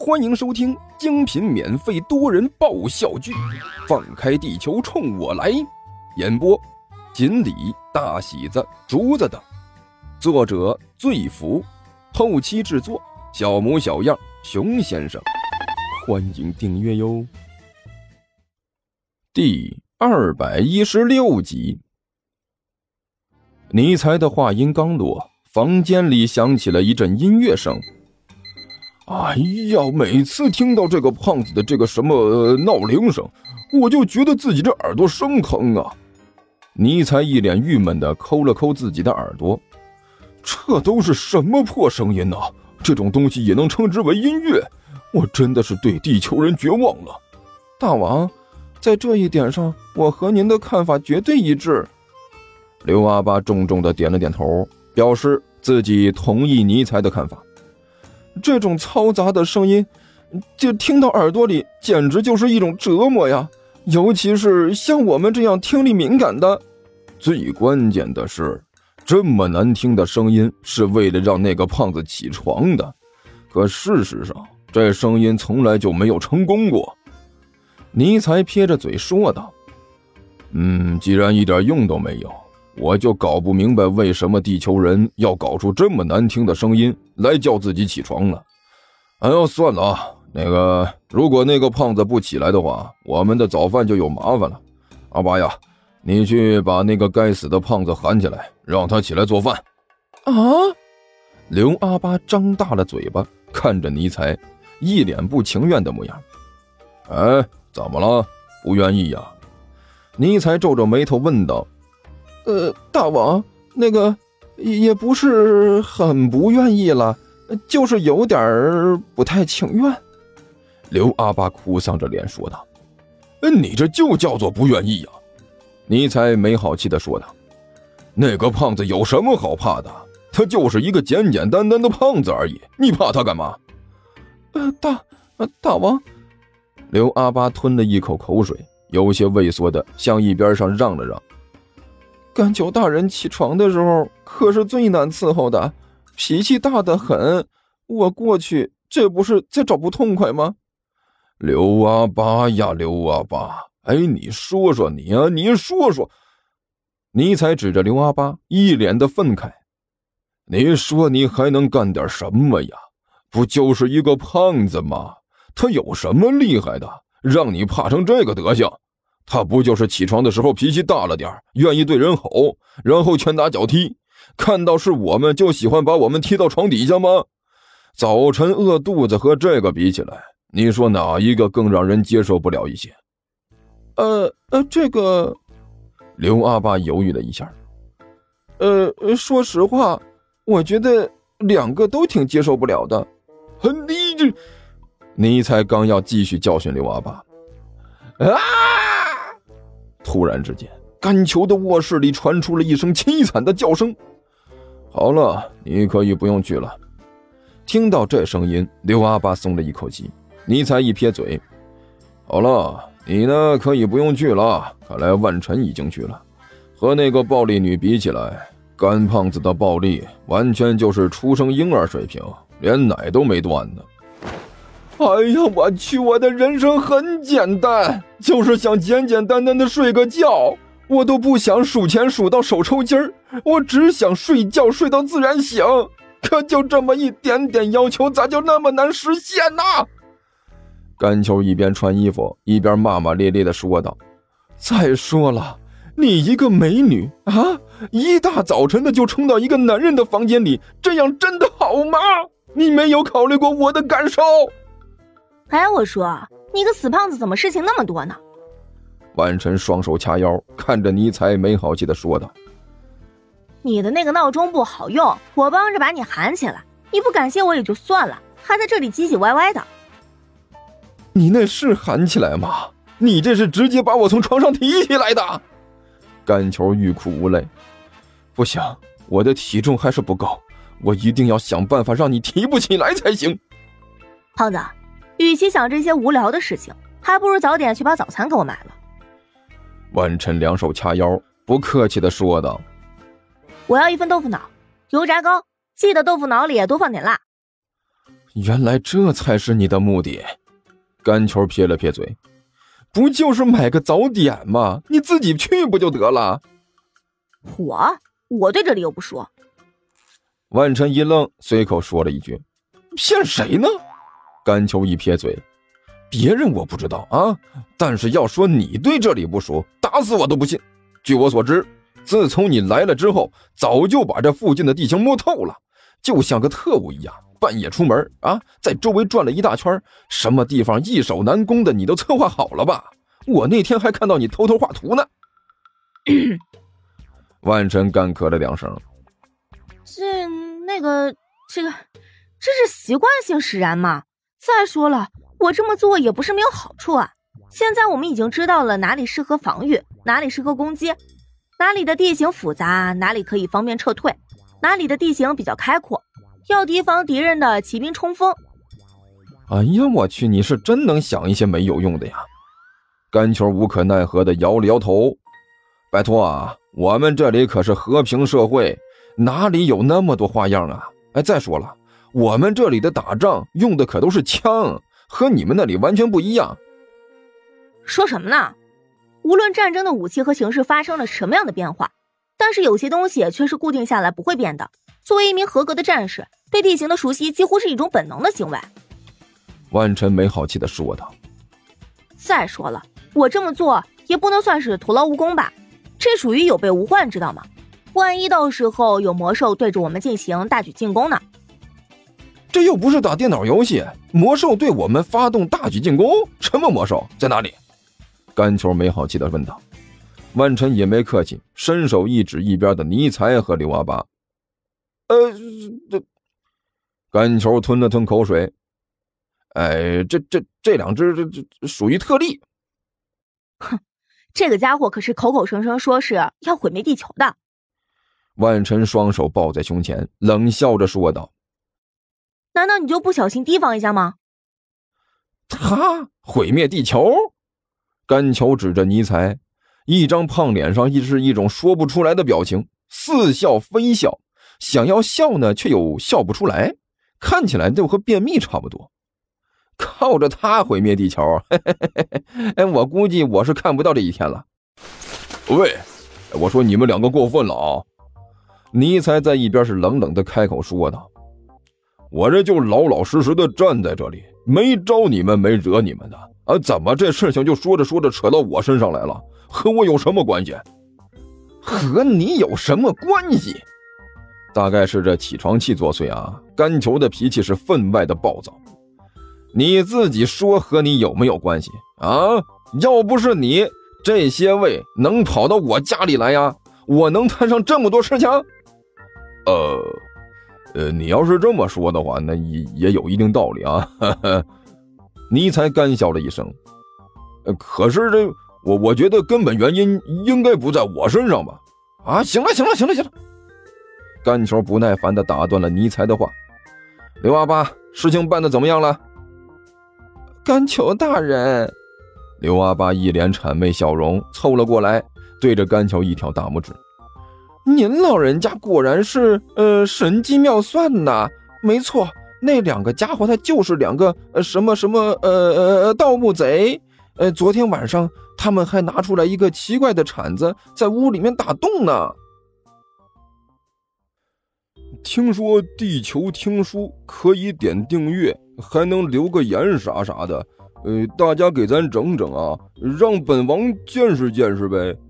欢迎收听精品免费多人爆笑剧《放开地球冲我来》，演播锦鲤、大喜子、竹子等，作者醉福，后期制作小模小样、熊先生。欢迎订阅哟。第216集。尼采的话音刚落，房间里响起了一阵音乐声。哎呀，每次听到这个胖子的这个什么闹铃声，我就觉得自己这耳朵生疼啊。尼采一脸郁闷地抠了抠自己的耳朵，这都是什么破声音啊？这种东西也能称之为音乐？我真的是对地球人绝望了。 大王，在这一点上我和您的看法绝对一致。 刘阿巴重重地点了点头，表示自己同意尼采的看法。 这种嘈杂的声音就听到耳朵里简直就是一种折磨呀，尤其是像我们这样听力敏感的。 最关键的是，这么难听的声音是为了让那个胖子起床的，可事实上这声音从来就没有成功过。尼采撇着嘴说道，既然一点用都没有，我就搞不明白为什么地球人要搞出这么难听的声音来叫自己起床了。哎呦，算了啊，如果那个胖子不起来的话，我们的早饭就有麻烦了。阿巴呀，你去把那个该死的胖子喊起来，让他起来做饭。 啊！ 刘阿巴张大了嘴巴，看着尼采，一脸不情愿的模样。哎，怎么了？不愿意呀？尼采皱着眉头问道。 大王，那个也不是很不愿意了，就是有点不太情愿。 刘阿巴哭丧着脸说道。你这就叫做不愿意呀？尼采没好气地说道。那个胖子有什么好怕的？他就是一个简简单单的胖子而已，你怕他干嘛？ 大王。 刘阿巴吞了一口口水，有些畏缩地向一边上让了让。 甘求大人起床的时候可是最难伺候的，脾气大得很，我过去这不是在找不痛快吗？ 刘阿巴呀，刘阿巴，哎，你说说你啊，你说说。尼采指着刘阿巴，一脸的愤慨。你说你还能干点什么呀？不就是一个胖子吗？他有什么厉害的，让你怕成这个德行？他不就是起床的时候脾气大了点，愿意对人吼，然后拳打脚踢，看到是我们就喜欢把我们踢到床底下吗？早晨饿肚子和这个比起来，你说哪一个更让人接受不了一些？ 这个…… 刘阿爸犹豫了一下。 说实话，我觉得两个都挺接受不了的。 尼采刚要继续教训刘阿爸，突然之间，甘求的卧室里传出了一声凄惨的叫声。好了，你可以不用去了。听到这声音，刘阿爸松了一口气。尼采一撇嘴，好了，你呢可以不用去了。看来万晨已经去了。和那个暴力女比起来，干胖子的暴力完全就是出生婴儿水平，连奶都没断呢。 哎呀，我去，我的人生很简单，就是想简简单单的睡个觉，我都不想数钱数到手抽筋儿，我只想睡觉睡到自然醒，可就这么一点点要求，咋就那么难实现呢？ 甘秋一边穿衣服一边骂骂咧咧地说道。 再说了，你一个美女啊，一大早晨的就冲到一个男人的房间里，这样真的好吗？你没有考虑过我的感受。 哎，我说你个死胖子怎么事情那么多呢？ 万晨双手掐腰，看着尼采没好气地说道。 你的那个闹钟不好用，我帮着把你喊起来，你不感谢我也就算了，还在这里唧唧歪歪的。 你那是喊起来吗？你这是直接把我从床上提起来的。 甘球欲哭无泪。 不行，我的体重还是不够，我一定要想办法让你提不起来才行。 胖子，与其想这些无聊的事情，还不如早点去把早餐给我买了。 万晨两手掐腰，不客气地说道。 我要1份豆腐脑，油炸糕，记得豆腐脑里多放点辣。 原来这才是你的目的。甘球撇了撇嘴， 不就是买个早点吗？你自己去不就得了？ 我对这里又不熟。 万晨一愣，随口说了一句： 骗谁呢？ 甘球一撇嘴， 别人我不知道啊，但是要说你对这里不熟，打死我都不信。据我所知，自从你来了之后，早就把这附近的地形摸透了，就像个特务一样，半夜出门啊，在周围转了一大圈，什么地方易守难攻的你都策划好了吧？我那天还看到你偷偷画图呢。 万晨干咳了2声， 这是习惯性使然嘛。再说了，我这么做也不是没有好处啊。现在我们已经知道了哪里适合防御，哪里适合攻击，哪里的地形复杂，哪里可以方便撤退，哪里的地形比较开阔，要提防敌人的骑兵冲锋。 哎呀，我去，你是真能想一些没有用的呀。 甘球无可奈何地摇了摇头，拜托啊，我们这里可是和平社会，哪里有那么多花样啊？再说了，我们这里的打仗用的可都是枪，和你们那里完全不一样。 说什么呢？无论战争的武器和形势发生了什么样的变化，但是有些东西却是固定下来不会变的。作为一名合格的战士，对地形的熟悉几乎是一种本能的行为。 万晨没好气地说道。 再说了，我这么做也不能算是徒劳无功吧，这属于有备无患，知道吗？万一到时候有魔兽对着我们进行大举进攻呢？ 这又不是打电脑游戏，魔兽对我们发动大举进攻？什么魔兽？在哪里？ 甘球没好气地问道。万晨也没客气，伸手一指一边的尼才和刘阿八。甘球吞了吞口水， 这两只这属于特例。 哼，这个家伙可是口口声声说是要毁灭地球的。 万晨双手抱在胸前，冷笑着说道： 难道你就不小心提防一下吗？ 他毁灭地球？ 甘球指着尼才，一张胖脸上是一种说不出来的表情，似笑非笑，想要笑呢却又笑不出来，看起来就和便秘差不多。 靠着他毁灭地球，我估计我是看不到这一天了。 喂，我说你们两个过分了啊！尼才在一边是冷冷的开口说道：我这就老老实实的站在这里，没招你们，没惹你们的啊！怎么这事情就说着说着扯到我身上来了？和我有什么关系？ 和你有什么关系？ 大概是这起床气作祟啊！甘球的脾气是分外的暴躁。 你自己说和你有没有关系啊？要不是你，这些位能跑到我家里来呀？我能摊上这么多事情？ 你要是这么说的话，那也有一定道理啊。尼才干笑了一声。 可是我觉得根本原因应该不在我身上吧？啊，行了。 甘球不耐烦地打断了尼才的话。 刘阿八，事情办得怎么样了？ 甘球大人。 刘阿八一脸谄媚笑容，凑了过来，对着甘球一挑大拇指。 您老人家果然是神机妙算呐！没错，那两个家伙他就是两个什么盗墓贼。昨天晚上他们还拿出来一个奇怪的铲子，在屋里面打洞呢。 听说地球听书可以点订阅，还能留个言啥的，大家给咱整整啊，让本王见识见识呗。